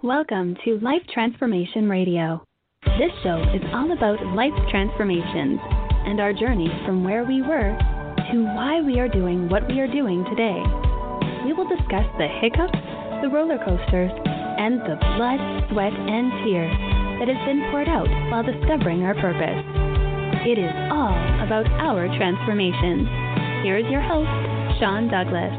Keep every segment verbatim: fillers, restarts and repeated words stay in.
Welcome to Life Transformation Radio. This show is all about life transformations and our journey from where we were to why we are doing what we are doing today. We will discuss the hiccups, the roller coasters, and the blood, sweat, and tears that has been poured out while discovering our purpose. It is all about our transformation. Here is your host, Sean Douglas.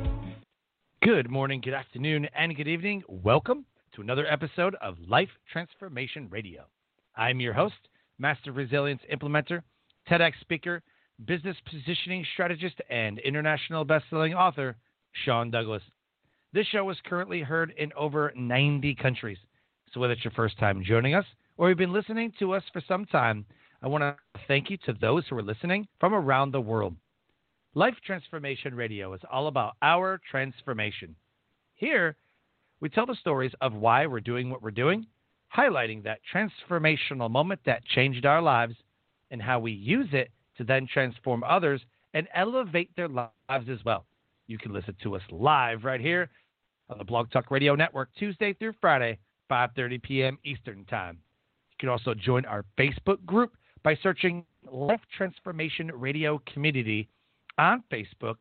Good morning, good afternoon, and good evening. Welcome to another episode of Life Transformation Radio. I'm your host, Master Resilience Implementer, TEDx speaker, business positioning strategist, and international best-selling author, Sean Douglas. This show is currently heard in over ninety countries. So whether it's your first time joining us or you've been listening to us for some time, I want to thank you to those who are listening from around the world. Life Transformation Radio is all about our transformation. Here, we tell the stories of why we're doing what we're doing, highlighting that transformational moment that changed our lives and how we use it to then transform others and elevate their lives as well. You can listen to us live right here on the Blog Talk Radio Network, Tuesday through Friday, five thirty p.m. Eastern Time. You can also join our Facebook group by searching Life Transformation Radio Community on Facebook.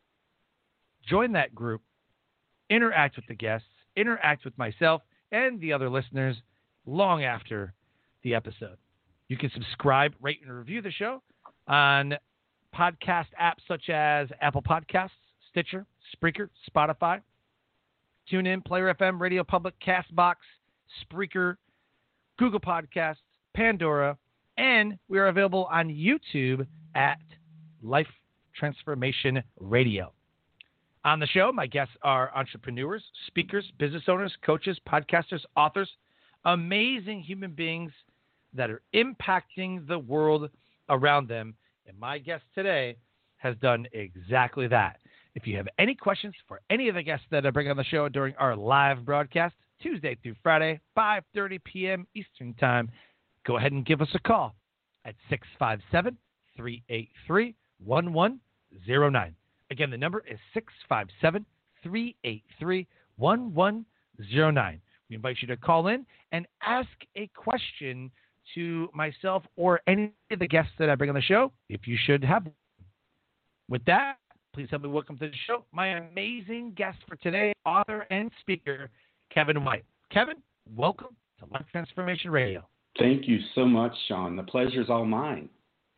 Join that group, interact with the guests, interact with myself and the other listeners long after the episode. You can subscribe, rate, and review the show on podcast apps such as Apple Podcasts, Stitcher, Spreaker, Spotify, TuneIn, Player F M, Radio Public, CastBox, Spreaker, Google Podcasts, Pandora, and we are available on YouTube at Life Transformation Radio. On the show, my guests are entrepreneurs, speakers, business owners, coaches, podcasters, authors, amazing human beings that are impacting the world around them. And my guest today has done exactly that. If you have any questions for any of the guests that I bring on the show during our live broadcast, Tuesday through Friday, five thirty p.m. Eastern Time, go ahead and give us a call at six five seven, three eight three, one one zero nine. Again, the number is six five seven, three eight three, one one zero nine. We invite you to call in and ask a question to myself or any of the guests that I bring on the show, if you should have them. With that, please help me welcome to the show my amazing guest for today, author and speaker, Kevin White. Kevin, welcome to Life Transformation Radio. Thank you so much, Sean. The pleasure's all mine.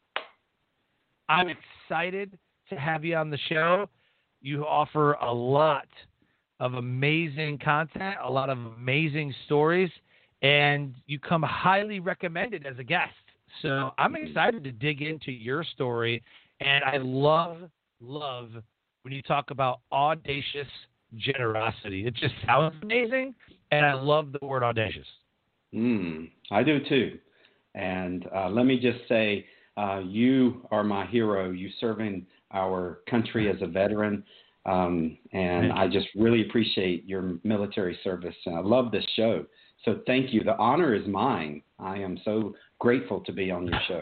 I'm excited to have you on the show. You offer a lot of amazing content, a lot of amazing stories, and you come highly recommended as a guest. So I'm excited to dig into your story, and I love, love when you talk about audacious generosity. It just sounds amazing, and I love the word audacious. Mm, I do too. And uh, let me just say, uh, you are my hero. You serving our country as a veteran, um, and I just really appreciate your military service. And I love this show. So thank you. The honor is mine. I am so grateful to be on your show.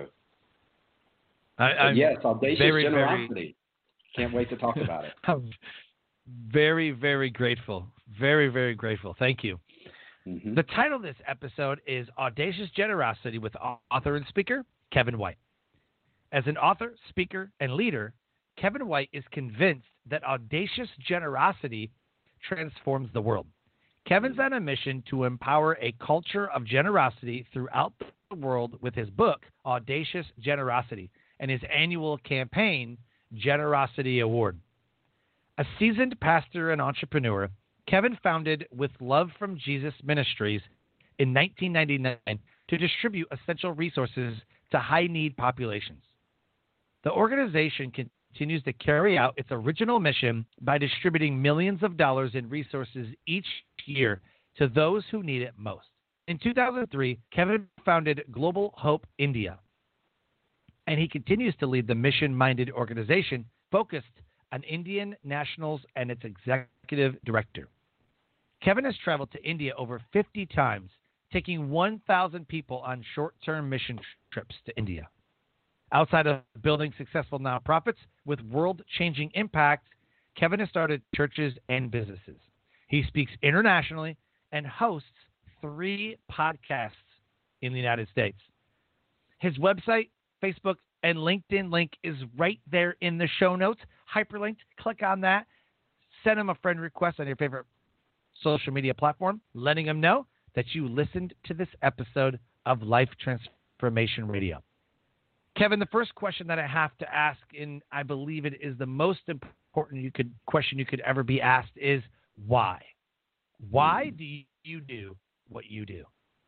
I, yes, audacious very, generosity. Very, Can't wait to talk about it. I'm very, very grateful. Very, very grateful. Thank you. Mm-hmm. The title of this episode is Audacious Generosity with author and speaker, Kevin White. As an author, speaker, and leader, Kevin White is convinced that audacious generosity transforms the world. Kevin's on a mission to empower a culture of generosity throughout the world with his book, Audacious Generosity, and his annual campaign, Generosity Award. A seasoned pastor and entrepreneur, Kevin founded With Love from Jesus Ministries in nineteen ninety-nine to distribute essential resources to high-need populations. The organization continues to carry out its original mission by distributing millions of dollars in resources each year to those who need it most. In two thousand three, Kevin founded Global Hope India, and he continues to lead the mission-minded organization focused on Indian nationals and its executive director. Kevin has traveled to India over fifty times, taking one thousand people on short-term mission trips to India. Outside of building successful nonprofits with world-changing impact, Kevin has started churches and businesses. He speaks internationally and hosts three podcasts in the United States. His website, Facebook, and LinkedIn link is right there in the show notes. Hyperlinked. Click on that. Send him a friend request on your favorite social media platform, letting him know that you listened to this episode of Life Transformation Radio. Kevin, the first question that I have to ask, and I believe it is the most important you could question you could ever be asked, is why? Why do you do what you do?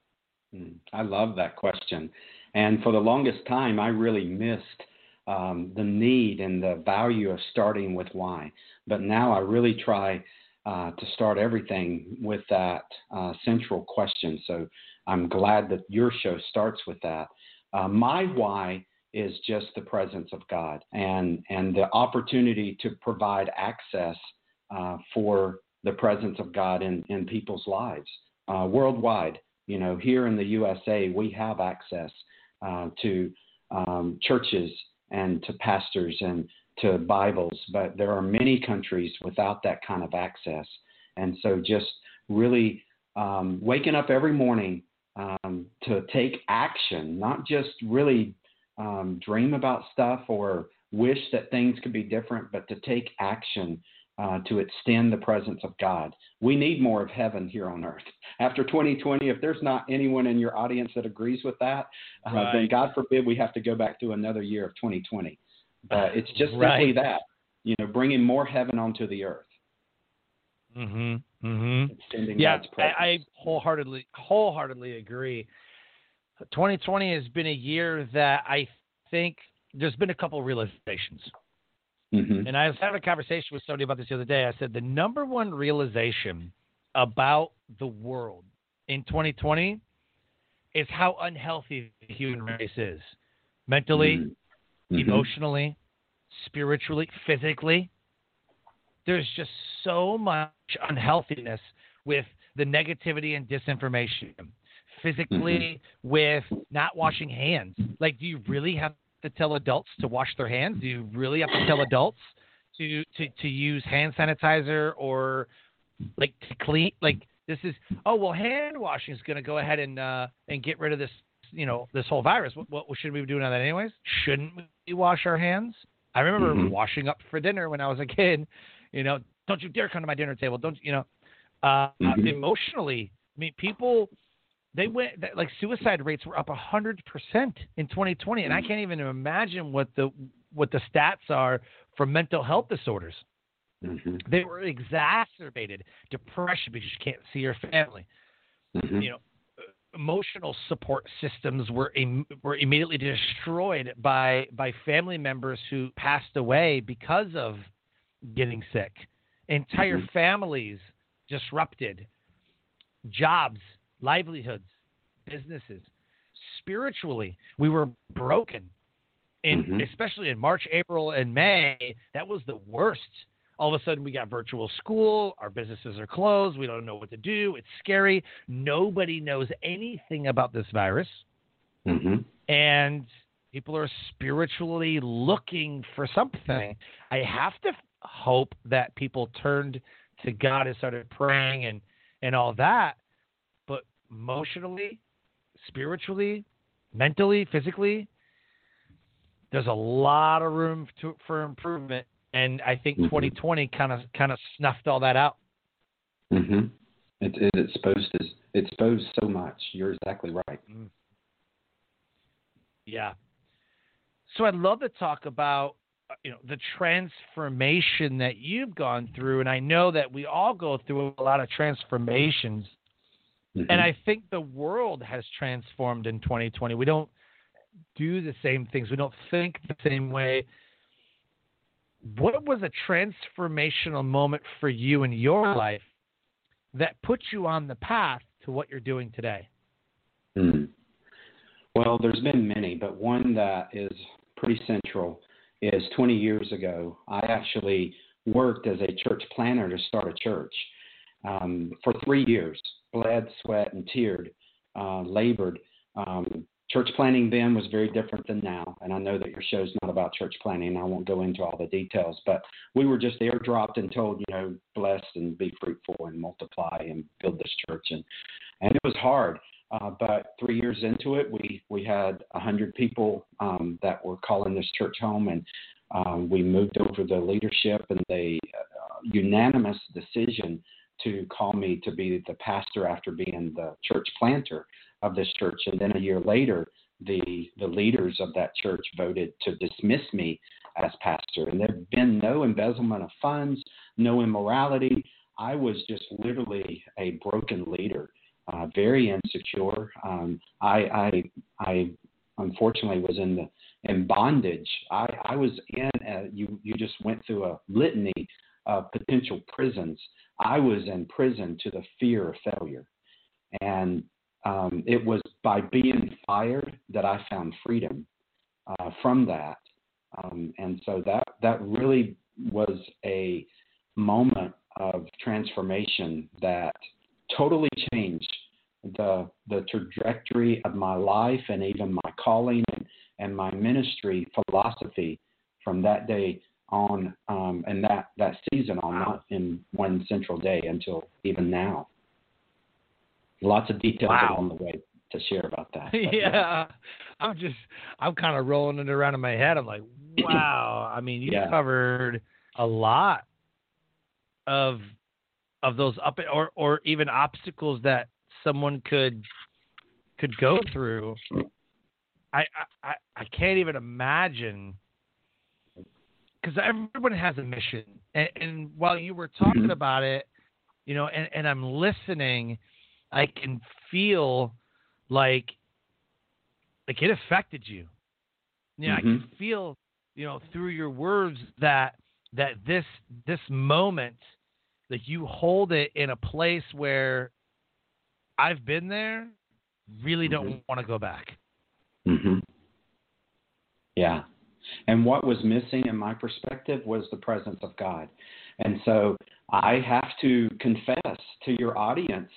I love that question. And for the longest time, I really missed um, the need and the value of starting with why. But now I really try uh, to start everything with that uh, central question. So I'm glad that your show starts with that. Uh, my why is just the presence of God and, and the opportunity to provide access uh, for the presence of God in, in people's lives uh, worldwide. You know, here in the U S A, we have access uh, to um, churches and to pastors and to Bibles, but there are many countries without that kind of access. And so just really um, waking up every morning um, to take action, not just really um, dream about stuff or wish that things could be different, but to take action Uh, to extend the presence of God. We need more of heaven here on earth. After twenty twenty, if there's not anyone in your audience that agrees with that, uh, right. then God forbid we have to go back through another year of twenty twenty. But it's just right. simply that, you know, bringing more heaven onto the earth. Mm-hmm. Mm-hmm. Extending yeah, God's presence. I, I wholeheartedly, wholeheartedly agree. twenty twenty has been a year that I think there's been a couple realizations. Mm-hmm. And I was having a conversation with somebody about this the other day. I said the number one realization about the world in twenty twenty is how unhealthy the human race is. Mentally, mm-hmm. emotionally, spiritually, physically. There's just so much unhealthiness with the negativity and disinformation. Physically, mm-hmm. with not washing hands. Like, do you really have to tell adults to wash their hands? Do you really have to tell adults to, to, to use hand sanitizer or like to clean? Like this is, oh, well, hand washing is going to go ahead and, uh, and get rid of this, you know, this whole virus. What, what should we be doing on that anyways? Shouldn't we wash our hands? I remember mm-hmm. washing up for dinner when I was a kid, you know, don't you dare come to my dinner table. Don't, you know, uh, mm-hmm. emotionally, I mean, people, They went like suicide rates were up a hundred percent in twenty twenty, and I can't even imagine what the what the stats are for mental health disorders. Mm-hmm. They were exacerbated, depression because you can't see your family. Mm-hmm. You know, emotional support systems were im- were immediately destroyed by by family members who passed away because of getting sick. Entire mm-hmm. families disrupted, jobs. Livelihoods, businesses. Spiritually, we were broken, in, mm-hmm. especially in March, April, and May. That was the worst. All of a sudden, we got virtual school. Our businesses are closed. We don't know what to do. It's scary. Nobody knows anything about this virus. Mm-hmm. And people are spiritually looking for something. I have to hope that people turned to God and started praying and, and all that. Emotionally, spiritually, mentally, physically, there's a lot of room to, for improvement, and I think mm-hmm. twenty twenty kind of kind of snuffed all that out. Mm-hmm. It, it exposed it exposed so much. You're exactly right. Mm. Yeah. So I'd love to talk about you know the transformation that you've gone through, and I know that we all go through a lot of transformations. Mm-hmm. And I think the world has transformed in twenty twenty. We don't do the same things. We don't think the same way. What was a transformational moment for you in your life that put you on the path to what you're doing today? Mm. Well, there's been many, but one that is pretty central is twenty years ago, I actually worked as a church planner to start a church um, for three years. Bled, sweat, and teared, uh, labored um, church planting then was very different than now. And I know that your show's not about church planting. I won't go into all the details, but we were just airdropped and told, you know, blessed and be fruitful and multiply and build this church. And, and it was hard. Uh, but three years into it, we, we had a hundred people um, that were calling this church home, and um, we moved over the leadership, and they uh, unanimous decision to call me to be the pastor after being the church planter of this church. And then a year later, the the leaders of that church voted to dismiss me as pastor. And there had been no embezzlement of funds, no immorality. I was just literally a broken leader, uh, very insecure. Um, I, I I unfortunately was in the in bondage. I, I was in a, you you just went through a litany of potential prisons. I was in prison to the fear of failure. And um, it was by being fired that I found freedom uh, from that. Um, and so that, that really was a moment of transformation that totally changed the the trajectory of my life and even my calling and, and my ministry philosophy from that day on, um, and that, that season on, not in one central day until even now. Lots of details Wow. along the way to share about that. yeah. yeah, I'm just, I'm kind of rolling it around in my head. I'm like, wow. I mean, you yeah. covered a lot of of those up or or even obstacles that someone could could go through. I I, I can't even imagine. Because everyone has a mission, and, and while you were talking mm-hmm. about it, you know, and, and I'm listening, I can feel like like it affected you. Yeah, you know, mm-hmm. I can feel, you know, through your words that that this this moment, that you hold it in a place where I've been there, really don't mm-hmm. want to go back. Mm-hmm. Yeah. And what was missing in my perspective was the presence of God. And so I have to confess to your audience,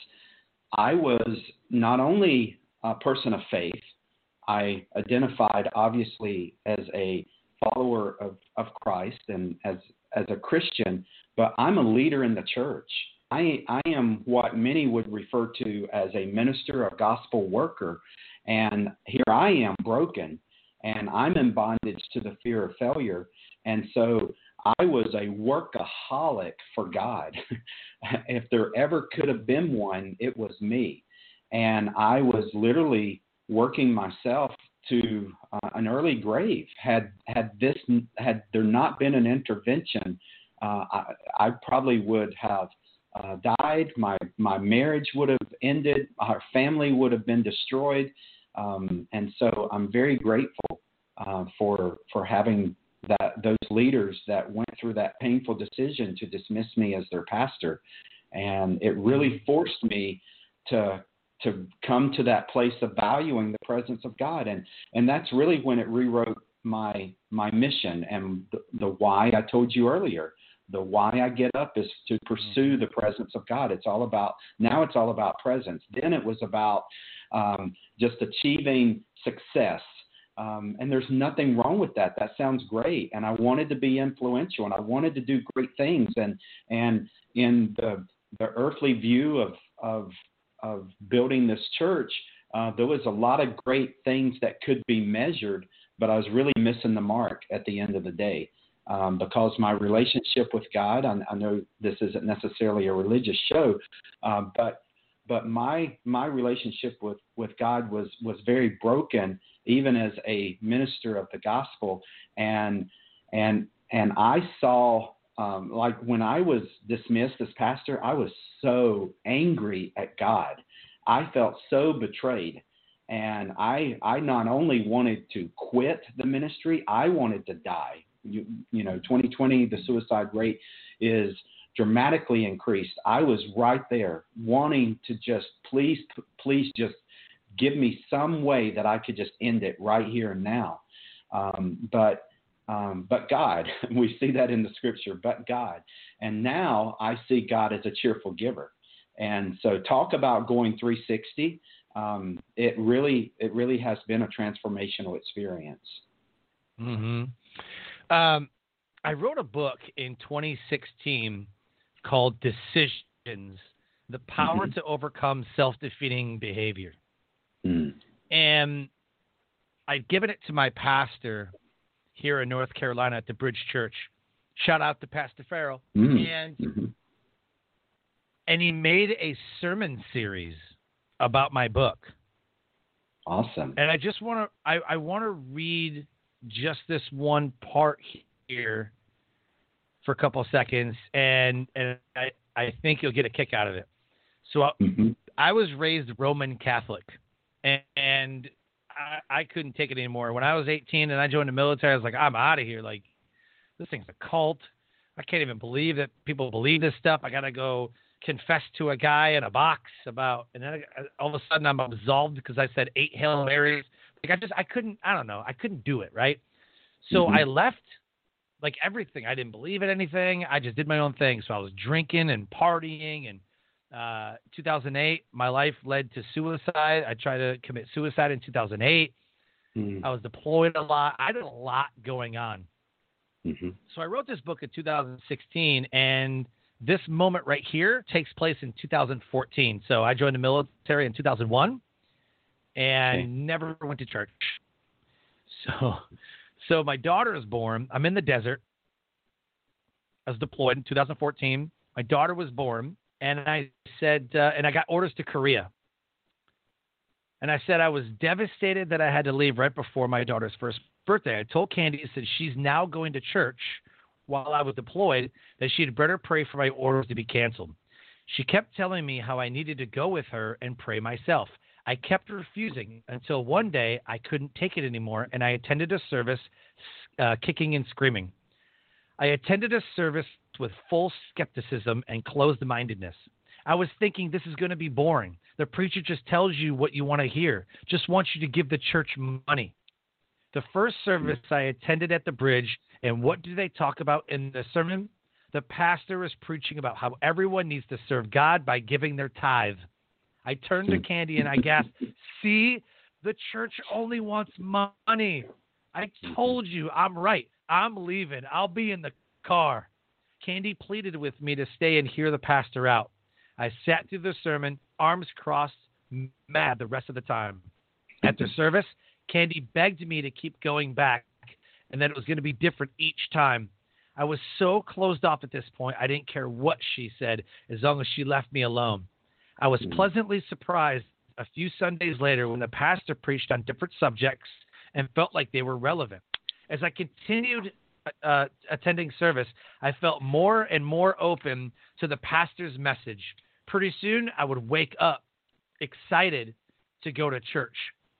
I was not only a person of faith, I identified obviously as a follower of, of Christ and as, as a Christian, but I'm a leader in the church. I, I am what many would refer to as a minister, a gospel worker. And here I am broken. And I'm in bondage to the fear of failure. And so I was a workaholic for God. If there ever could have been one, it was me. And I was literally working myself to uh, an early grave. Had had this had there not been an intervention, uh, I, I probably would have uh, died. My my marriage would have ended. Our family would have been destroyed. Um, and so I'm very grateful uh, for for having that those leaders that went through that painful decision to dismiss me as their pastor, and it really forced me to to come to that place of valuing the presence of God, and and that's really when it rewrote my my mission and the, the why I told you earlier. The why I get up is to pursue the presence of God. It's all about, now it's all about presence. Then it was about um, just achieving success. Um, and there's nothing wrong with that. That sounds great. And I wanted to be influential and I wanted to do great things. And, and in the, the earthly view of, of, of building this church, uh, there was a lot of great things that could be measured, but I was really missing the mark at the end of the day. Um, because my relationship with God, I, I know this isn't necessarily a religious show, uh, but but my my relationship with, with God was, was very broken, even as a minister of the gospel, and and and I saw um, like when I was dismissed as pastor, I was so angry at God. I felt so betrayed. And I I not only wanted to quit the ministry, I wanted to die. You, you know, twenty twenty, the suicide rate is dramatically increased. I was right there wanting to just please, please just give me some way that I could just end it right here and now. Um, but, um, but God, we see that in the scripture, but God. And now I see God as a cheerful giver. And so talk about going three sixty. Um, it really, it really has been a transformational experience. Mm-hmm. Um, I wrote a book in twenty sixteen called Decisions, The Power mm-hmm. to Overcome Self-Defeating Behavior. Mm. And I'd given it to my pastor here in North Carolina at the Bridge Church. Shout out to Pastor Farrell. Mm. And, mm-hmm. and he made a sermon series about my book. Awesome. And I just want to, I, I want to read just this one part here for a couple of seconds, and and I, I think you'll get a kick out of it. So I, mm-hmm. I was raised Roman Catholic, and, and I, I couldn't take it anymore. When I was eighteen and I joined the military, I was like, I'm out of here. Like, this thing's a cult. I can't even believe that people believe this stuff. I got to go confess to a guy in a box about, and then I, all of a sudden I'm absolved because I said eight Hail Marys. Like I just, I couldn't, I don't know. I couldn't do it. Right. So mm-hmm. I left like everything. I didn't believe in anything. I just did my own thing. So I was drinking and partying, and uh, two thousand eight, my life led to suicide. I tried to commit suicide in two thousand eight. Mm-hmm. I was deployed a lot. I had a lot going on. Mm-hmm. So I wrote this book in two thousand sixteen, and this moment right here takes place in two thousand fourteen. So I joined the military in two thousand one and okay. never went to church. So, so my daughter is born. I'm in the desert. I was deployed in two thousand fourteen. My daughter was born, and I said, uh, and I got orders to Korea. And I said I was devastated that I had to leave right before my daughter's first birthday. I told Candy, I said she's now going to church while I was deployed, that she'd better pray for my orders to be canceled. She kept telling me how I needed to go with her and pray myself. I kept refusing until one day I couldn't take it anymore, and I attended a service uh, kicking and screaming. I attended a service with full skepticism and closed-mindedness. I was thinking this is going to be boring. The preacher just tells you what you want to hear, just wants you to give the church money. The first service I attended at the Bridge, and what do they talk about in the sermon? The pastor is preaching about how everyone needs to serve God by giving their tithe. I turned to Candy and I gasped, see, the church only wants money. I told you I'm right. I'm leaving. I'll be in the car. Candy pleaded with me to stay and hear the pastor out. I sat through the sermon, arms crossed, mad the rest of the time. At the service, Candy begged me to keep going back and that it was going to be different each time. I was so closed off at this point, I didn't care what she said as long as she left me alone. I was pleasantly surprised a few Sundays later when the pastor preached on different subjects and felt like they were relevant. As I continued uh, attending service, I felt more and more open to the pastor's message. Pretty soon, I would wake up excited to go to church.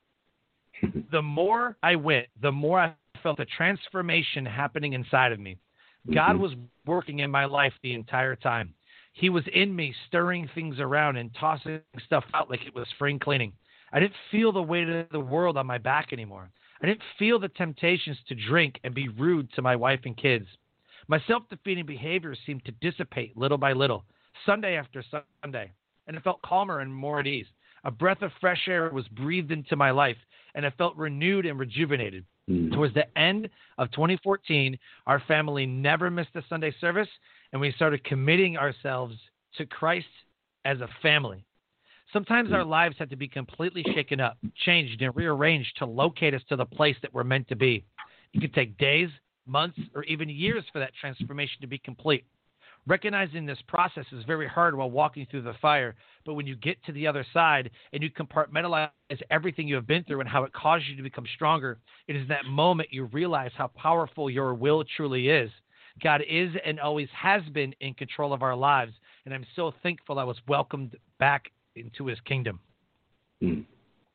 The more I went, the more I felt a transformation happening inside of me. God was working in my life the entire time. He was in me, stirring things around and tossing stuff out like it was spring cleaning. I didn't feel the weight of the world on my back anymore. I didn't feel the temptations to drink and be rude to my wife and kids. My self-defeating behavior seemed to dissipate little by little, Sunday after Sunday, and it felt calmer and more at ease. A breath of fresh air was breathed into my life, and I felt renewed and rejuvenated. Mm. Towards the end of twenty fourteen, our family never missed a Sunday service, and we started committing ourselves to Christ as a family. Sometimes mm. our lives had to be completely shaken up, changed, and rearranged to locate us to the place that we're meant to be. It could take days, months, or even years for that transformation to be complete. Recognizing this process is very hard while walking through the fire, but when you get to the other side and you compartmentalize everything you have been through and how it caused you to become stronger, it is that moment you realize how powerful your will truly is. God is and always has been in control of our lives, and I'm so thankful I was welcomed back into his kingdom. Mm.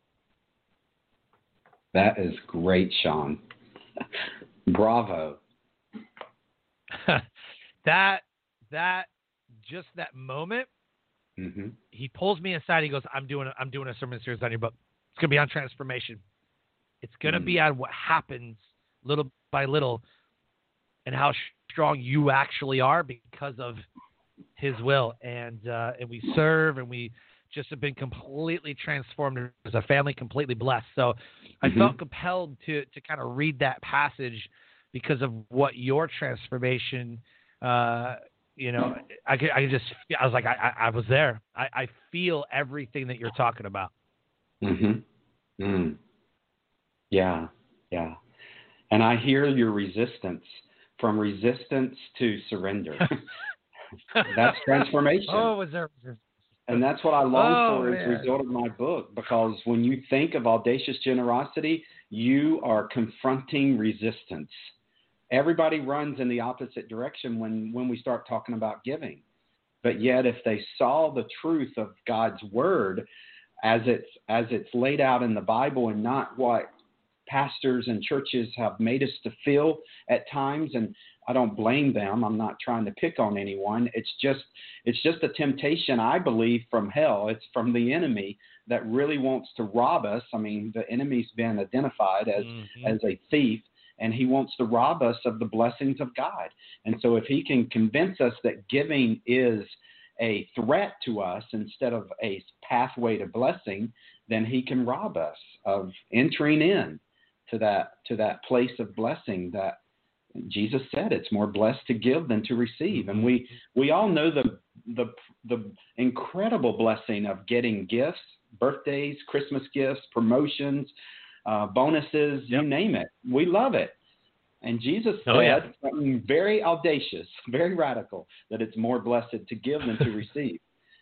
That is great, Sean. Bravo. that That, just that moment, mm-hmm. he pulls me aside. He goes, I'm doing, a, I'm doing a sermon series on your book. It's going to be on transformation. It's going to mm. be on what happens little by little and how strong you actually are because of His will, and uh, and we serve, and we just have been completely transformed as a family, completely blessed. So I Mm-hmm. felt compelled to to kind of read that passage because of what your transformation. Uh, you know, I could I could just I was like I I, I was there. I, I feel everything that you're talking about. Mm-hmm. Mm. Yeah, yeah. And I hear your resistance, from resistance to surrender. That's transformation. Oh, was there? And that's what I long Oh, for as a man. result of my book, because when you think of audacious generosity, you are confronting resistance. Everybody runs in the opposite direction when, when we start talking about giving. But yet, if they saw the truth of God's word as it's, as it's laid out in the Bible, and not what pastors and churches have made us to feel at times, and I don't blame them. I'm not trying to pick on anyone. It's just it's just a temptation, I believe, from hell. It's from the enemy that really wants to rob us. I mean, the enemy's been identified as Mm-hmm. as a thief, and he wants to rob us of the blessings of God. And so if he can convince us that giving is a threat to us instead of a pathway to blessing, then he can rob us of entering in to that to that place of blessing that Jesus said it's more blessed to give than to receive. And we we all know the the the incredible blessing of getting gifts, birthdays, Christmas gifts, promotions, uh, bonuses, Yep. you name it. We love it. And Jesus said Oh, yeah. something very audacious, very radical, that it's more blessed to give than to receive.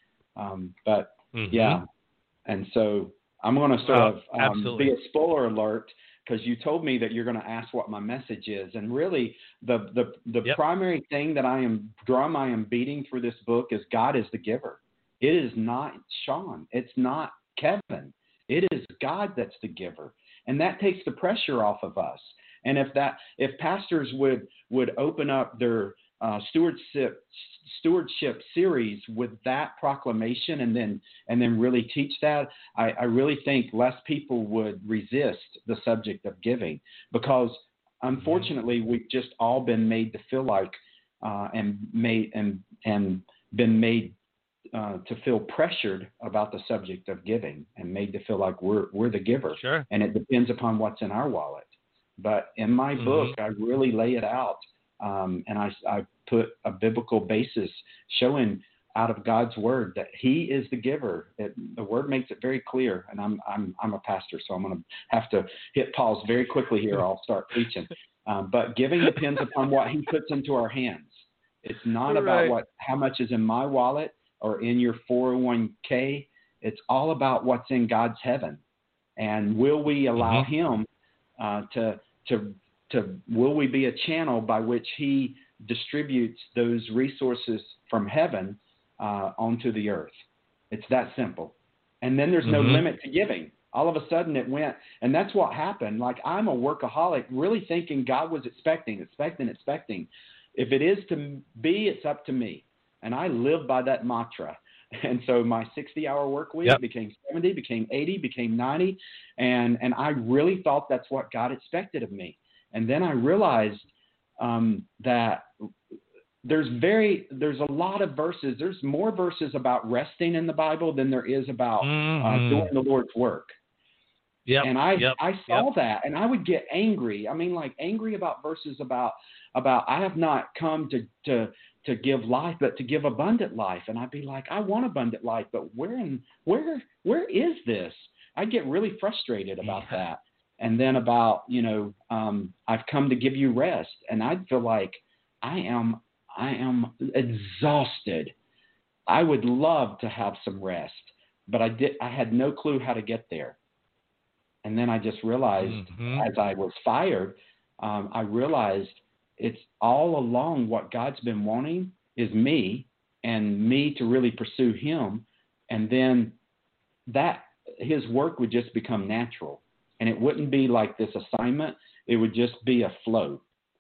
Um, but Mm-hmm. yeah, and so I'm going to sort Oh, of um, absolutely. be a spoiler alert, because you told me that you're going to ask what my message is. And really, the the, the Yep. primary thing that I am drum I am beating through this book is God is the giver. It is not Sean. It's not Kevin. It is God that's the giver. And that takes the pressure off of us. And if that if pastors would would open up their uh, stewardship stewardship series with that proclamation, and then and then really teach that, I, I really think less people would resist the subject of giving, because unfortunately we've just all been made to feel like uh, and made and and been made uh, to feel pressured about the subject of giving, and made to feel like we're we're the giver, Sure. and it depends upon what's in our wallet. But in my Mm-hmm. book, I really lay it out, um, and I, I put a biblical basis showing out of God's word that He is the giver. It, the word makes it very clear, and I'm I'm I'm a pastor, so I'm going to have to hit pause very quickly here, or I'll start preaching. Um, but giving depends upon what He puts into our hands. It's not Right. about what how much is in my wallet or in your four oh one k. It's all about what's in God's heaven, and will we allow Mm-hmm. Him uh, to to to will we be a channel by which He distributes those resources from heaven uh, onto the earth? It's that simple. And then there's no Mm-hmm. limit to giving. All of a sudden it went, and that's what happened. Like, I'm a workaholic, really thinking God was expecting, expecting, expecting. If it is to be, it's up to me. And I live by that mantra. And so my sixty-hour work week Yep. became seventy, became eighty, became ninety, and and I really thought that's what God expected of me. And then I realized um, that there's very there's a lot of verses. There's more verses about resting in the Bible than there is about Mm-hmm. uh, doing the Lord's work. Yep. And I Yep. I saw Yep. that, and I would get angry. I mean, like angry about verses about about I have not come to to to give life, but to give abundant life. And I'd be like, I want abundant life, but where in where where is this? I get really frustrated about Yeah. that. And then about, you know, um, I've come to give you rest, and I'd feel like I am I am exhausted. I would love to have some rest, but I did I had no clue how to get there. And then I just realized, Mm-hmm. as I was fired, um, I realized it's all along what God's been wanting is me, and me to really pursue Him. And then that His work would just become natural. And it wouldn't be like this assignment. It would just be a flow.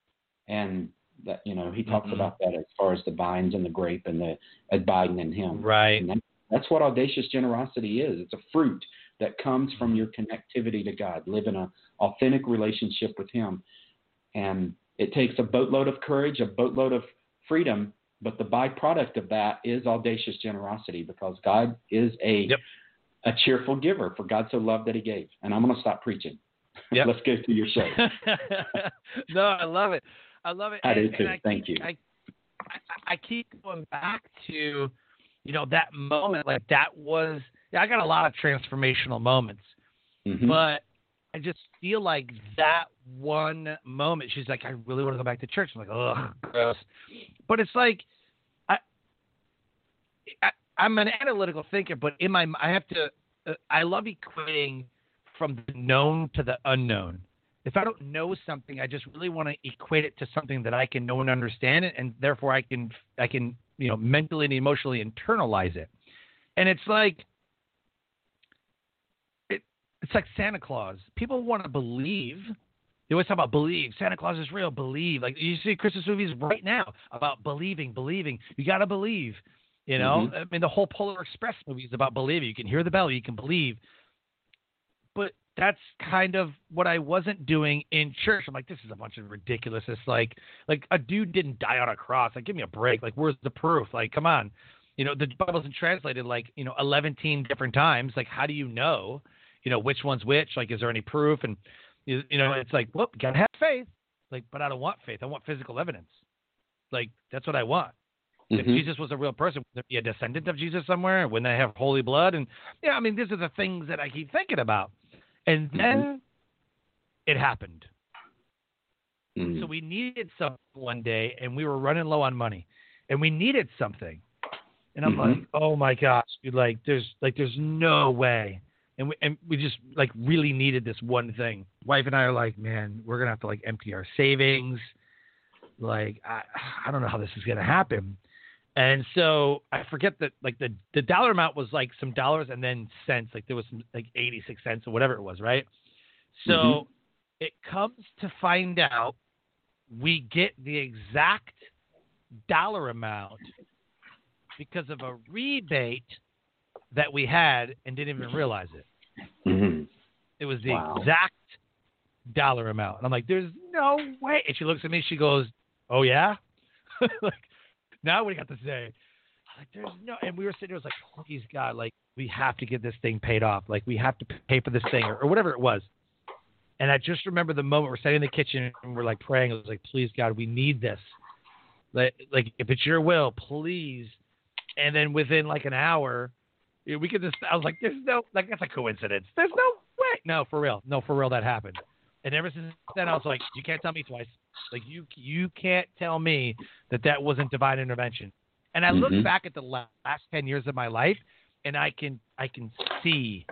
And that, you know, He talks Mm-hmm. about that as far as the vines and the grape and the abiding in Him. Right. And that, that's what audacious generosity is. It's a fruit that comes from your connectivity to God, living an authentic relationship with Him. And it takes a boatload of courage, a boatload of freedom, but the byproduct of that is audacious generosity, because God is a Yep. a cheerful giver. For God so loved that he gave. And I'm going to stop preaching. Yep. Let's go to your show. No, I love it. I love it. I and, do too. and I Thank keep, you. I, I, I keep going back to, you know, that moment. Like that was, yeah, I got a lot of transformational moments, Mm-hmm. but I just feel like that one moment, she's like, I really want to go back to church. I'm like, ugh, gross. But it's like, I, I I'm an analytical thinker, but in my, I have to, uh, I love equating from the known to the unknown. If I don't know something, I just really want to equate it to something that I can know and understand it, and therefore I can, I can, you know, mentally and emotionally internalize it. And it's like, it, it's like Santa Claus. People want to believe. They always talk about believe. Santa Claus is real. Believe. Like you see Christmas movies right now about believing, believing. You got to believe. You know, Mm-hmm. I mean, the whole Polar Express movie is about believing. You can hear the bell. You can believe. But that's kind of what I wasn't doing in church. I'm like, this is a bunch of ridiculous. It's like, like a dude didn't die on a cross. Like, give me a break. Like, where's the proof? Like, come on. You know, the Bible isn't translated like, you know, eleven different times. Like, how do you know, you know, which one's which? Like, is there any proof? And, you, you know, it's like, well, you got to have faith. Like, but I don't want faith. I want physical evidence. Like, that's what I want. Mm-hmm. If Jesus was a real person, would there be a descendant of Jesus somewhere? Wouldn't they have holy blood? And, yeah, I mean, these are the things that I keep thinking about. And then Mm-hmm. it happened. Mm-hmm. So we needed something one day, and we were running low on money, and we needed something. And I'm Mm-hmm. like, oh my gosh, dude, like there's like there's no way. And we and we just like really needed this one thing. Wife and I are like, man, we're gonna have to like empty our savings. Like I I don't know how this is gonna happen. And so I forget that like the, the dollar amount was like some dollars and then cents. Like there was some like eighty-six cents or whatever it was, right? So Mm-hmm. it comes to find out we get the exact dollar amount because of a rebate that we had and didn't even realize it. Mm-hmm. It was the Wow. exact dollar amount. And I'm like, there's no way. And she looks at me, she goes, oh yeah? Like, now what do you got to say? I'm like, there's no, and we were sitting there, it was like, please God, like, we have to get this thing paid off. Like, we have to pay for this thing or, or whatever it was. And I just remember the moment we're sitting in the kitchen and we're like praying. I was like, please God, we need this. Like, like if it's your will, please. And then within like an hour, we could just, I was like, there's no, like, that's a coincidence. There's no way. No, for real. No, for real, that happened. And ever since then, I was like, you can't tell me twice. Like, you you can't tell me that that wasn't divine intervention. And I look Mm-hmm. back at the last ten years of my life, and I can I can see,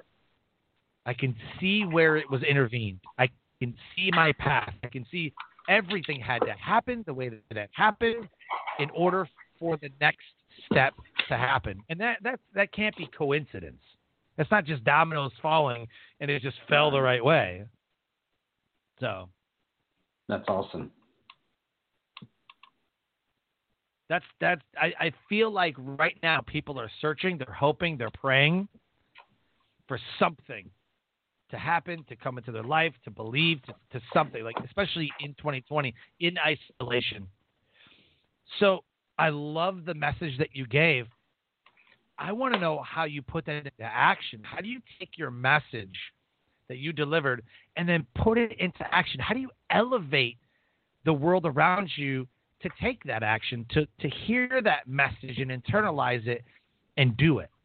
I can see where it was intervened. I can see my path. I can see everything had to happen the way that it happened in order for the next step to happen. And that that that can't be coincidence. It's not just dominoes falling and it just fell the right way. So That's awesome. that's that's I, I feel like right now people are searching, they're hoping, they're praying for something to happen, to come into their life, to believe, to, to something, like especially in twenty twenty, in isolation. So I love the message that you gave. I want to know how you put that into action. How do you take your message that you delivered and then put it into action? How do you elevate the world around you to take that action, to, to hear that message and internalize it and do it?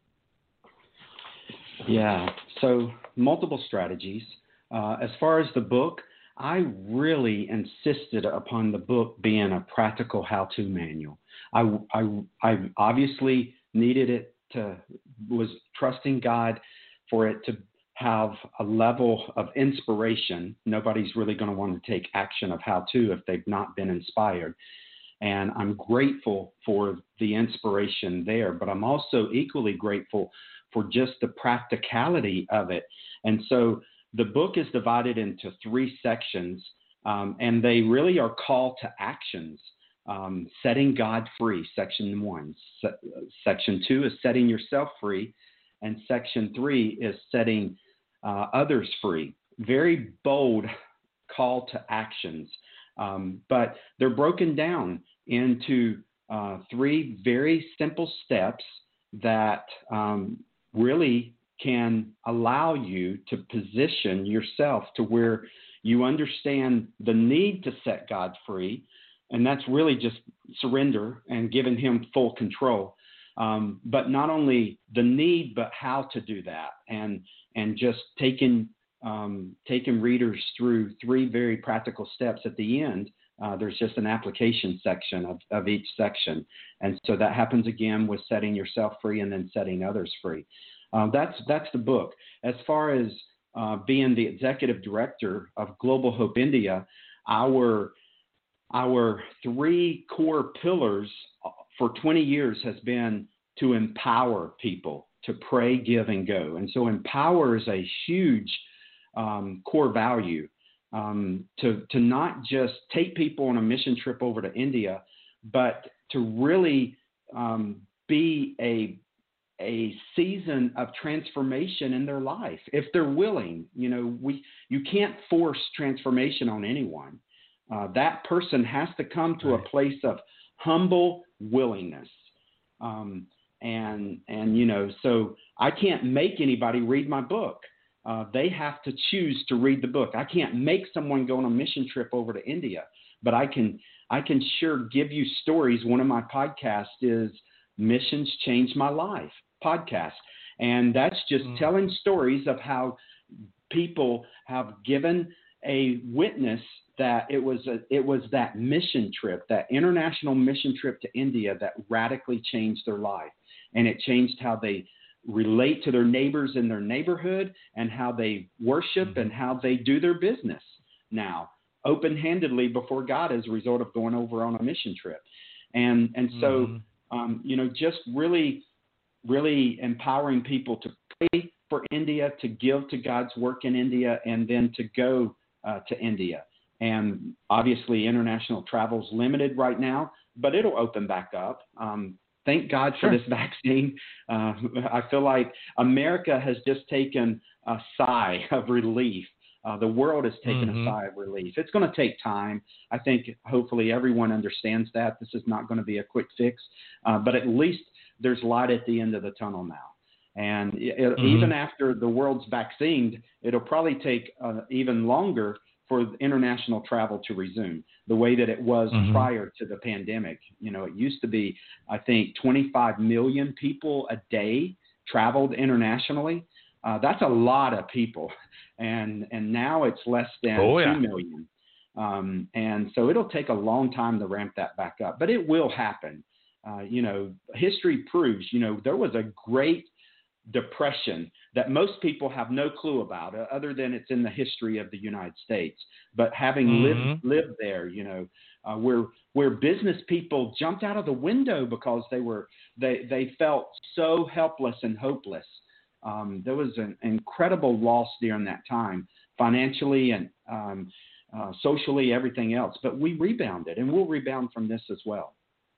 Yeah. So multiple strategies. Uh, as far as the book, I really insisted upon the book being a practical how-to manual. I, I, I obviously needed it to, was trusting God for it to have a level of inspiration. Nobody's really going to want to take action of how-to if they've not been inspired. And I'm grateful for the inspiration there, but I'm also equally grateful for just the practicality of it. And so the book is divided into three sections, um, and they really are call to actions. Um, setting God free, section one. Se- section two is setting yourself free, and section three is setting uh, others free. Very bold call to actions, um, but they're broken down into uh, three very simple steps that um, really can allow you to position yourself to where you understand the need to set God free. And that's really just surrender and giving him full control. Um, but not only the need, but how to do that. And, and just taking, um, taking readers through three very practical steps at the end. Uh, there's just an application section of, of each section. And so that happens again with setting yourself free and then setting others free. Uh, that's, that's the book. As far as uh, being the executive director of Global Hope India, our, our three core pillars for twenty years has been to empower people to pray, give, and go. And so empower is a huge um, core value. Um, to, to not just take people on a mission trip over to India, but to really um, be a, a season of transformation in their life, if they're willing. You know, we, you can't force transformation on anyone. Uh, that person has to come to a place of humble willingness. Um, and, and, you know, so I can't make anybody read my book. Uh, they have to choose to read the book. I can't make someone go on a mission trip over to India, but I can, I can sure give you stories. One of my podcasts is Missions Changed My Life podcast. And that's just mm. telling stories of how people have given a witness that it was a, it was that mission trip, that international mission trip to India that radically changed their life. And it changed how they relate to their neighbors in their neighborhood and how they worship and how they do their business now open-handedly before God as a result of going over on a mission trip. And, and so, mm-hmm. um, you know, just really, really empowering people to pray for India, to give to God's work in India, and then to go uh, to India. And obviously international travel is limited right now, but it'll open back up. Um, Thank God for sure. This vaccine. Uh, I feel like America has just taken a sigh of relief. Uh, the world has taken mm-hmm. a sigh of relief. It's going to take time. I think hopefully everyone understands that. This is not going to be a quick fix, uh, but at least there's light at the end of the tunnel now. And it, mm-hmm. even after the world's vaccinated, it'll probably take uh, even longer for international travel to resume the way that it was mm-hmm. prior to the pandemic. You know, it used to be, I think, twenty-five million people a day traveled internationally. Uh, that's a lot of people. And, and now it's less than oh, yeah. two million. Um, and so it'll take a long time to ramp that back up, but it will happen. Uh, you know, history proves, you know, there was a great depression that most people have no clue about, uh, other than it's in the history of the United States. But having mm-hmm. lived lived there, you know, uh, where where business people jumped out of the window because they were they they felt so helpless and hopeless. Um, there was an incredible loss during that time, financially and um, uh, socially, everything else. But we rebounded, and we'll rebound from this as well.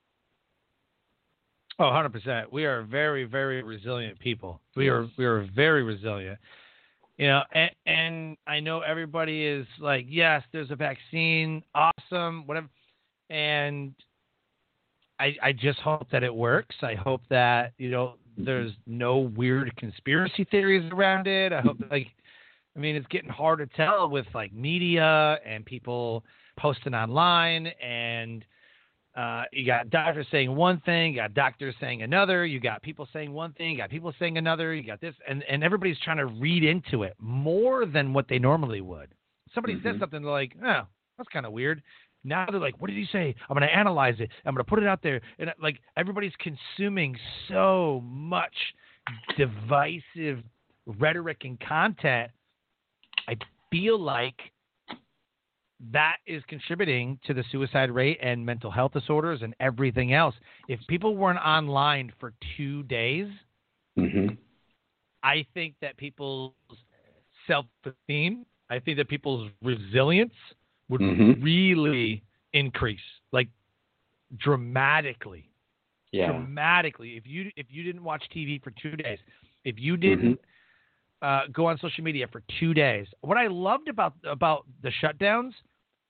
Oh, one hundred percent. We are very, very resilient people. We are we are very resilient. You know, and, and I know everybody is like, yes, there's a vaccine, awesome, whatever. And I I just hope that it works. I hope that, you know, there's no weird conspiracy theories around it. I hope, like, I mean, it's getting hard to tell with, like, media and people posting online, and Uh, you got doctors saying one thing, you got doctors saying another, you got people saying one thing, you got people saying another, you got this, and, and everybody's trying to read into it more than what they normally would. Somebody mm-hmm. says something, they're like, oh, that's kind of weird. Now they're like, what did he say? I'm going to analyze it. I'm going to put it out there. And like, everybody's consuming so much divisive rhetoric and content. I feel like that is contributing to the suicide rate and mental health disorders and everything else. If people weren't online for two days, mm-hmm. I think that people's self-esteem, I think that people's resilience would mm-hmm. really increase, like dramatically. Yeah. Dramatically. If you if you didn't watch T V for two days, if you didn't mm-hmm. uh, go on social media for two days, what I loved about about the shutdowns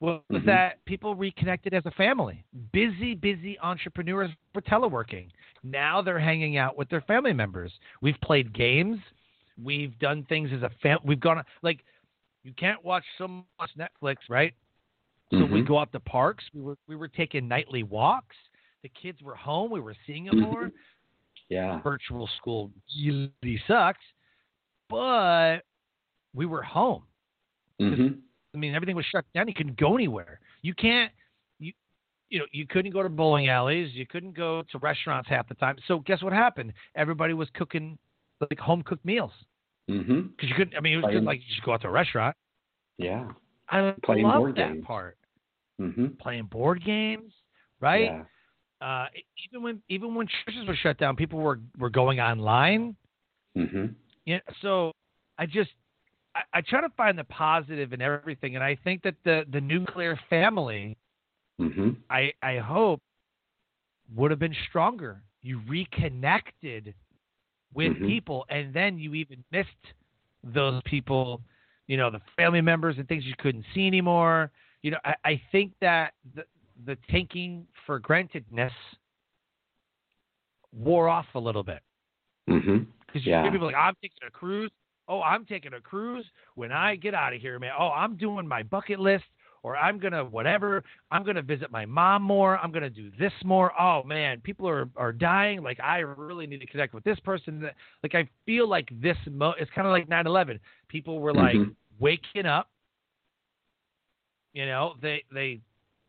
was Mm-hmm. that people reconnected as a family. Busy, busy entrepreneurs were teleworking. Now they're hanging out with their family members. We've played games. We've done things as a family. We've gone, like, you can't watch so much Netflix, right? So Mm-hmm. we go out to parks. We were we were taking nightly walks. The kids were home. We were seeing them more. Yeah. Virtual school really sucks, but we were home. Mm-hmm. I mean, everything was shut down. You couldn't go anywhere. You can't, you, you know, you couldn't go to bowling alleys. You couldn't go to restaurants half the time. So guess what happened? Everybody was cooking like home cooked meals. Mm-hmm. Because you couldn't. I mean, it was Playing, just like you just go out to a restaurant. Yeah. I Playing love board that games. part. Mm-hmm. Playing board games, right? Yeah. Uh, even when even when churches were shut down, people were, were going online. Mm-hmm. Yeah. So I just I, I try to find the positive in everything, and I think that the the nuclear family, Mm-hmm. I I hope, would have been stronger. You reconnected with Mm-hmm. people, and then you even missed those people, you know, the family members and things you couldn't see anymore. You know, I, I think that the the taking for grantedness wore off a little bit. Mm-hmm. Because you Yeah. hear people like, I'm taking a cruise. Oh, I'm taking a cruise when I get out of here, man. Oh, I'm doing my bucket list, or I'm going to whatever. I'm going to visit my mom more. I'm going to do this more. Oh, man, people are, are dying. Like, I really need to connect with this person. Like, I feel like this, mo- it's kind of like nine eleven. People were like Mm-hmm. waking up. You know, they they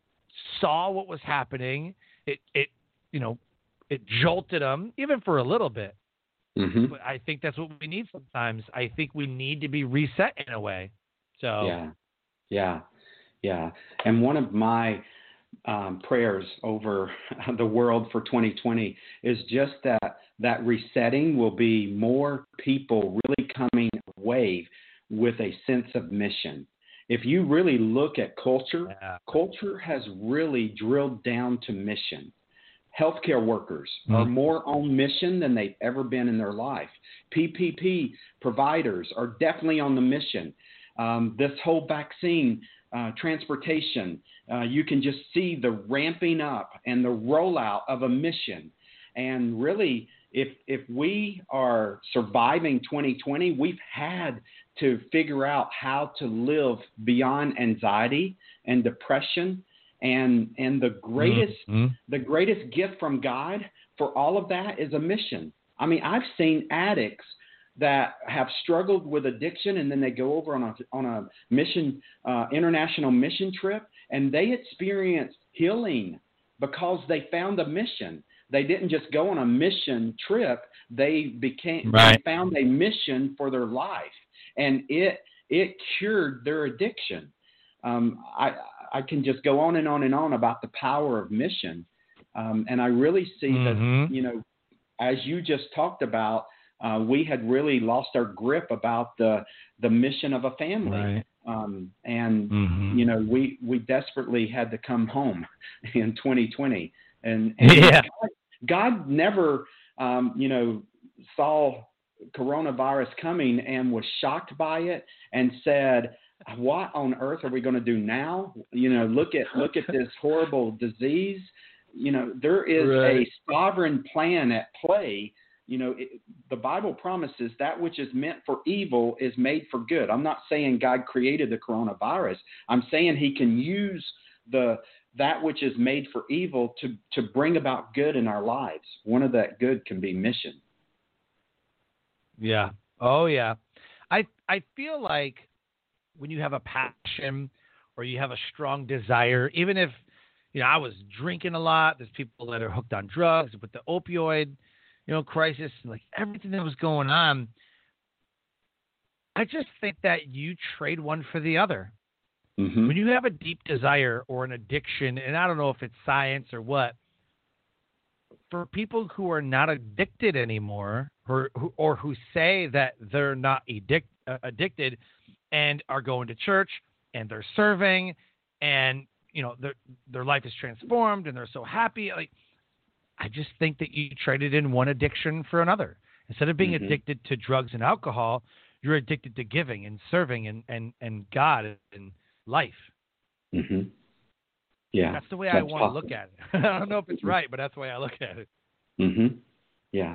saw what was happening. It, it you know, it jolted them, even for a little bit. Mm-hmm. But I think that's what we need sometimes. I think we need to be reset in a way. So Yeah, yeah, yeah. And one of my um, prayers over the world for twenty twenty is just that that resetting will be more people really coming away with a sense of mission. If you really look at culture, yeah. culture has really drilled down to mission. Healthcare workers mm-hmm. are more on mission than they've ever been in their life. P P P providers are definitely on the mission. Um, this whole vaccine, uh, transportation, uh, you can just see the ramping up and the rollout of a mission. And really, if if we are surviving twenty twenty, we've had to figure out how to live beyond anxiety and depression. And and the greatest mm-hmm. the greatest gift from God for all of that is a mission. I mean, I've seen addicts that have struggled with addiction, and then they go over on a on a mission, uh, international mission trip, and they experienced healing because they found a mission. They didn't just go on a mission trip; they became right. they found a mission for their life, and it it cured their addiction. Um, I I can just go on and on and on about the power of mission, um, and I really see mm-hmm. that, you know, as you just talked about, uh, we had really lost our grip about the the mission of a family, right. um, and mm-hmm. you know we we desperately had to come home in twenty twenty, and, and yeah. God, God never um, you know saw coronavirus coming and was shocked by it and said, what on earth are we going to do now? You know, look at look at this horrible disease. You know, there is right. a sovereign plan at play. You know, it, the Bible promises that which is meant for evil is made for good. I'm not saying God created the coronavirus. I'm saying he can use the that which is made for evil to, to bring about good in our lives. One of that good can be mission. Yeah. Oh, yeah. I I feel like when you have a passion or you have a strong desire, even if, you know, I was drinking a lot, there's people that are hooked on drugs with the opioid, you know, crisis, like everything that was going on. I just think that you trade one for the other. Mm-hmm. When you have a deep desire or an addiction, and I don't know if it's science or what, for people who are not addicted anymore, or who, or who say that they're not addic- uh, addicted, and are going to church and they're serving, and you know their their life is transformed and they're so happy. Like, I just think that you traded in one addiction for another. Instead of being mm-hmm. addicted to drugs and alcohol, you're addicted to giving and serving and and, and God and life. Mm-hmm. Yeah. That's the way That's I want possible. to look at it. I don't know if it's right, but that's the way I look at it. Mm-hmm. Yeah.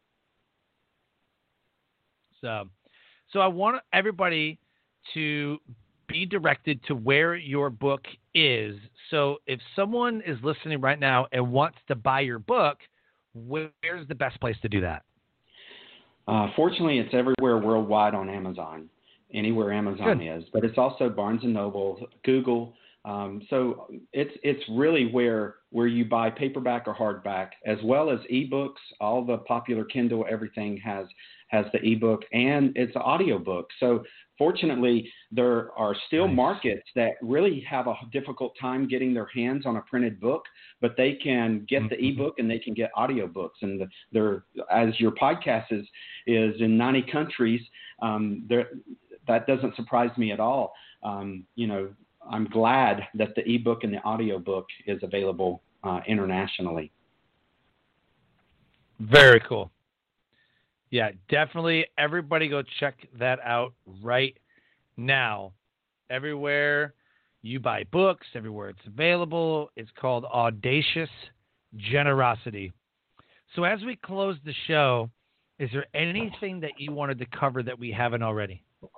So, so I want everybody to be directed to where your book is. So if someone is listening right now and wants to buy your book, where's the best place to do that? Uh, fortunately, it's everywhere worldwide on Amazon, anywhere Amazon Good. is. But it's also Barnes and Noble, Google. Um, so it's it's really where where you buy paperback or hardback, as well as ebooks. All the popular Kindle, everything has has the ebook, and it's an audiobook. So fortunately, there are still Nice. markets that really have a difficult time getting their hands on a printed book, but they can get the Mm-hmm. ebook and they can get audiobooks. And the, they're, as your podcast is is in ninety countries, um, there, that doesn't surprise me at all. Um, you know, I'm glad that the ebook and the audiobook is available uh, internationally. Very cool. Yeah, definitely. Everybody go check that out right now. Everywhere you buy books, everywhere it's available. It's called Audacious Generosity. So as we close the show, is there anything that you wanted to cover that we haven't already?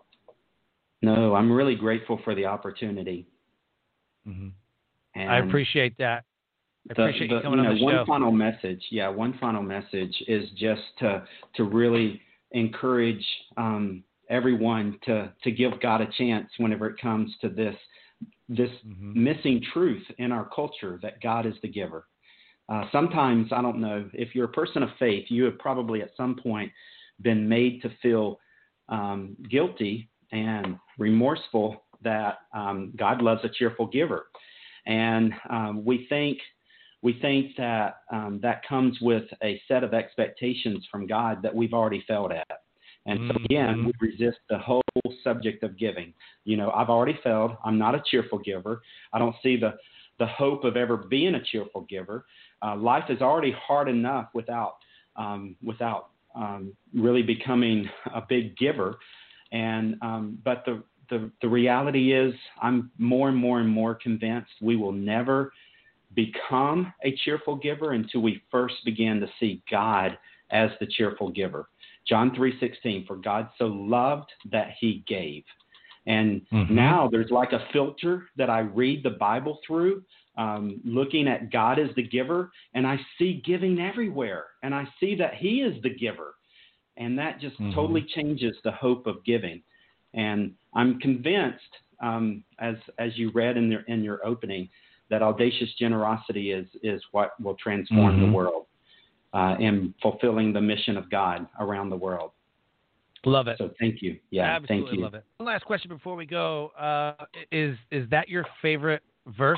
No, I'm really grateful for the opportunity. Mm-hmm. And I appreciate that. I the, appreciate the, you coming you know, on the one show. final message. Yeah, one final message is just to to really encourage um, everyone to to give God a chance whenever it comes to this this Mm-hmm. missing truth in our culture that God is the giver. Uh, sometimes, I don't know, if you're a person of faith, you have probably at some point been made to feel um, guilty and remorseful that um, God loves a cheerful giver. And um, we think we think that um, that comes with a set of expectations from God that we've already failed at. And so again, Mm-hmm. we resist the whole subject of giving. You know, I've already failed. I'm not a cheerful giver. I don't see the, the hope of ever being a cheerful giver. Uh, life is already hard enough without um, without um, really becoming a big giver. And um, but the, the the reality is, I'm more and more and more convinced we will never become a cheerful giver until we first begin to see God as the cheerful giver. John three sixteen, for God so loved that he gave. And Mm-hmm. now there's like a filter that I read the Bible through, um, looking at God as the giver, and I see giving everywhere, and I see that he is the giver. And that just Mm-hmm. totally changes the hope of giving. And I'm convinced, um, as as you read in, the, in your opening, that audacious generosity is, is what will transform Mm-hmm. the world uh, in fulfilling the mission of God around the world. Love it. So thank you. Yeah, Absolutely thank you. love it. One last question before we go. Uh, is is that your favorite verse?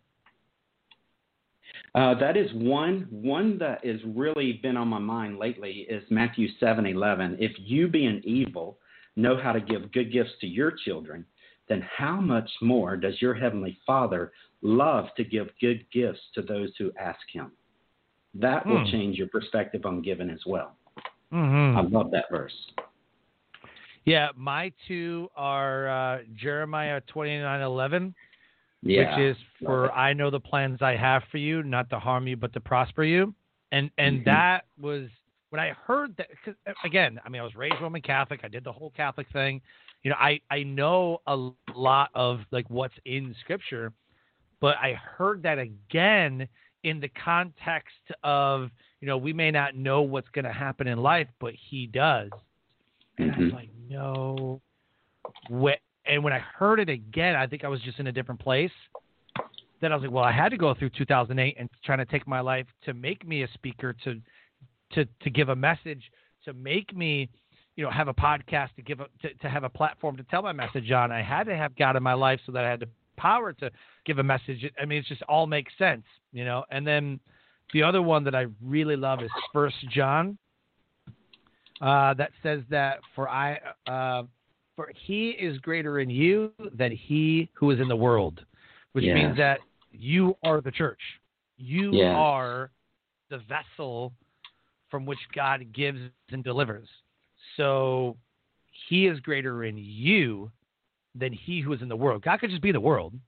Uh, that is one one that has really been on my mind lately is Matthew seven eleven. If you, being evil, know how to give good gifts to your children, then how much more does your heavenly Father love to give good gifts to those who ask him? That will Hmm. change your perspective on giving as well. Mm-hmm. I love that verse. Yeah, my two are uh, Jeremiah twenty-nine eleven, Yeah, which is, love for it. I know the plans I have for you, not to harm you, but to prosper you. And and Mhm. that was, when I heard that, 'cause, again, I mean, I was raised Roman Catholic. I did the whole Catholic thing. You know, I, I know a lot of, like, what's in Scripture, but I heard that again in the context of, you know, we may not know what's going to happen in life, but he does. And I was Mhm. like, no. Wh- And when I heard it again, I think I was just in a different place. Then I was like, well, I had to go through two thousand eight and trying to take my life to make me a speaker, to to to give a message, to make me, you know, have a podcast, to give a, to, to have a platform to tell my message on. I had to have God in my life so that I had the power to give a message. I mean, it just all makes sense, you know. And then the other one that I really love is First John, uh, that says that for I uh, for he is greater in you than he who is in the world, which Yes. means that you are the church. You Yes. are the vessel from which God gives and delivers. So he is greater in you than he who is in the world. God could just be the world,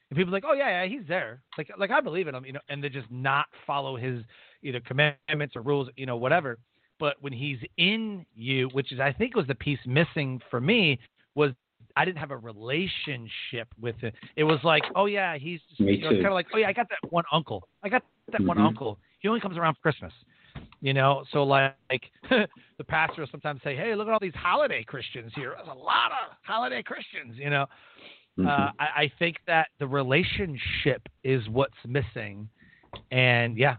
And people are like, oh yeah, yeah, he's there. Like, like I believe in him, you know, and they just not follow his either commandments or rules, you know, whatever. But when he's in you, which is I think was the piece missing for me, was I didn't have a relationship with him. It was like, oh yeah, he's just, Me you know, too. kind of like, oh yeah, I got that one uncle. I got that Mm-hmm. one uncle. He only comes around for Christmas. You know, so like the pastor will sometimes say, hey, look at all these holiday Christians here. There's a lot of holiday Christians, you know. Mm-hmm. Uh, I, I think that the relationship is what's missing. And yeah.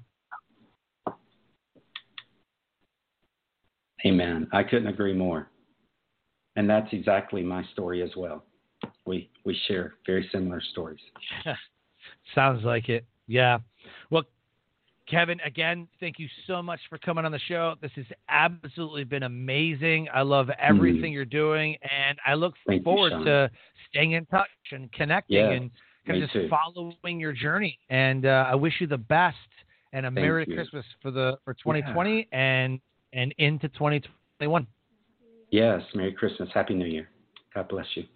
Amen. I couldn't agree more. And that's exactly my story as well. We we share very similar stories. Sounds like it. Yeah. Well, Kevin, again, thank you so much for coming on the show. This has absolutely been amazing. I love everything mm. you're doing, and I look thank forward you, to staying in touch and connecting yes, and kind of just too. following your journey. And uh, I wish you the best and a thank Merry you. Christmas for the for twenty twenty yeah. and and into twenty twenty-one. Yes, Merry Christmas, Happy New Year. God bless you.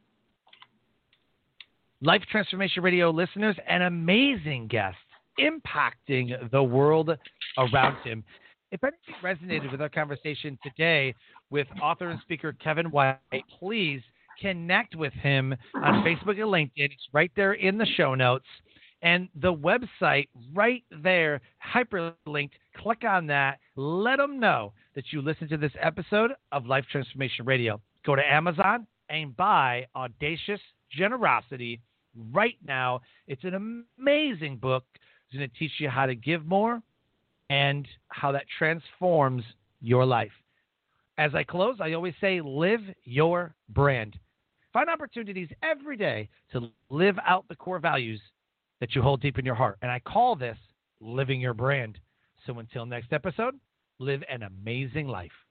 Life Transformation Radio listeners, an amazing guest impacting the world around him. If anything resonated with our conversation today with author and speaker Kevin White, please connect with him on Facebook and LinkedIn. It's right there in the show notes. And the website right there, hyperlinked, click on that. Let them know that you listened to this episode of Life Transformation Radio. Go to Amazon and buy Audacious Generosity right now. It's an amazing book. It's going to teach you how to give more and how that transforms your life. As I close, I always say, live your brand. Find opportunities every day to live out the core values that you hold deep in your heart. And I call this living your brand. So until next episode, live an amazing life.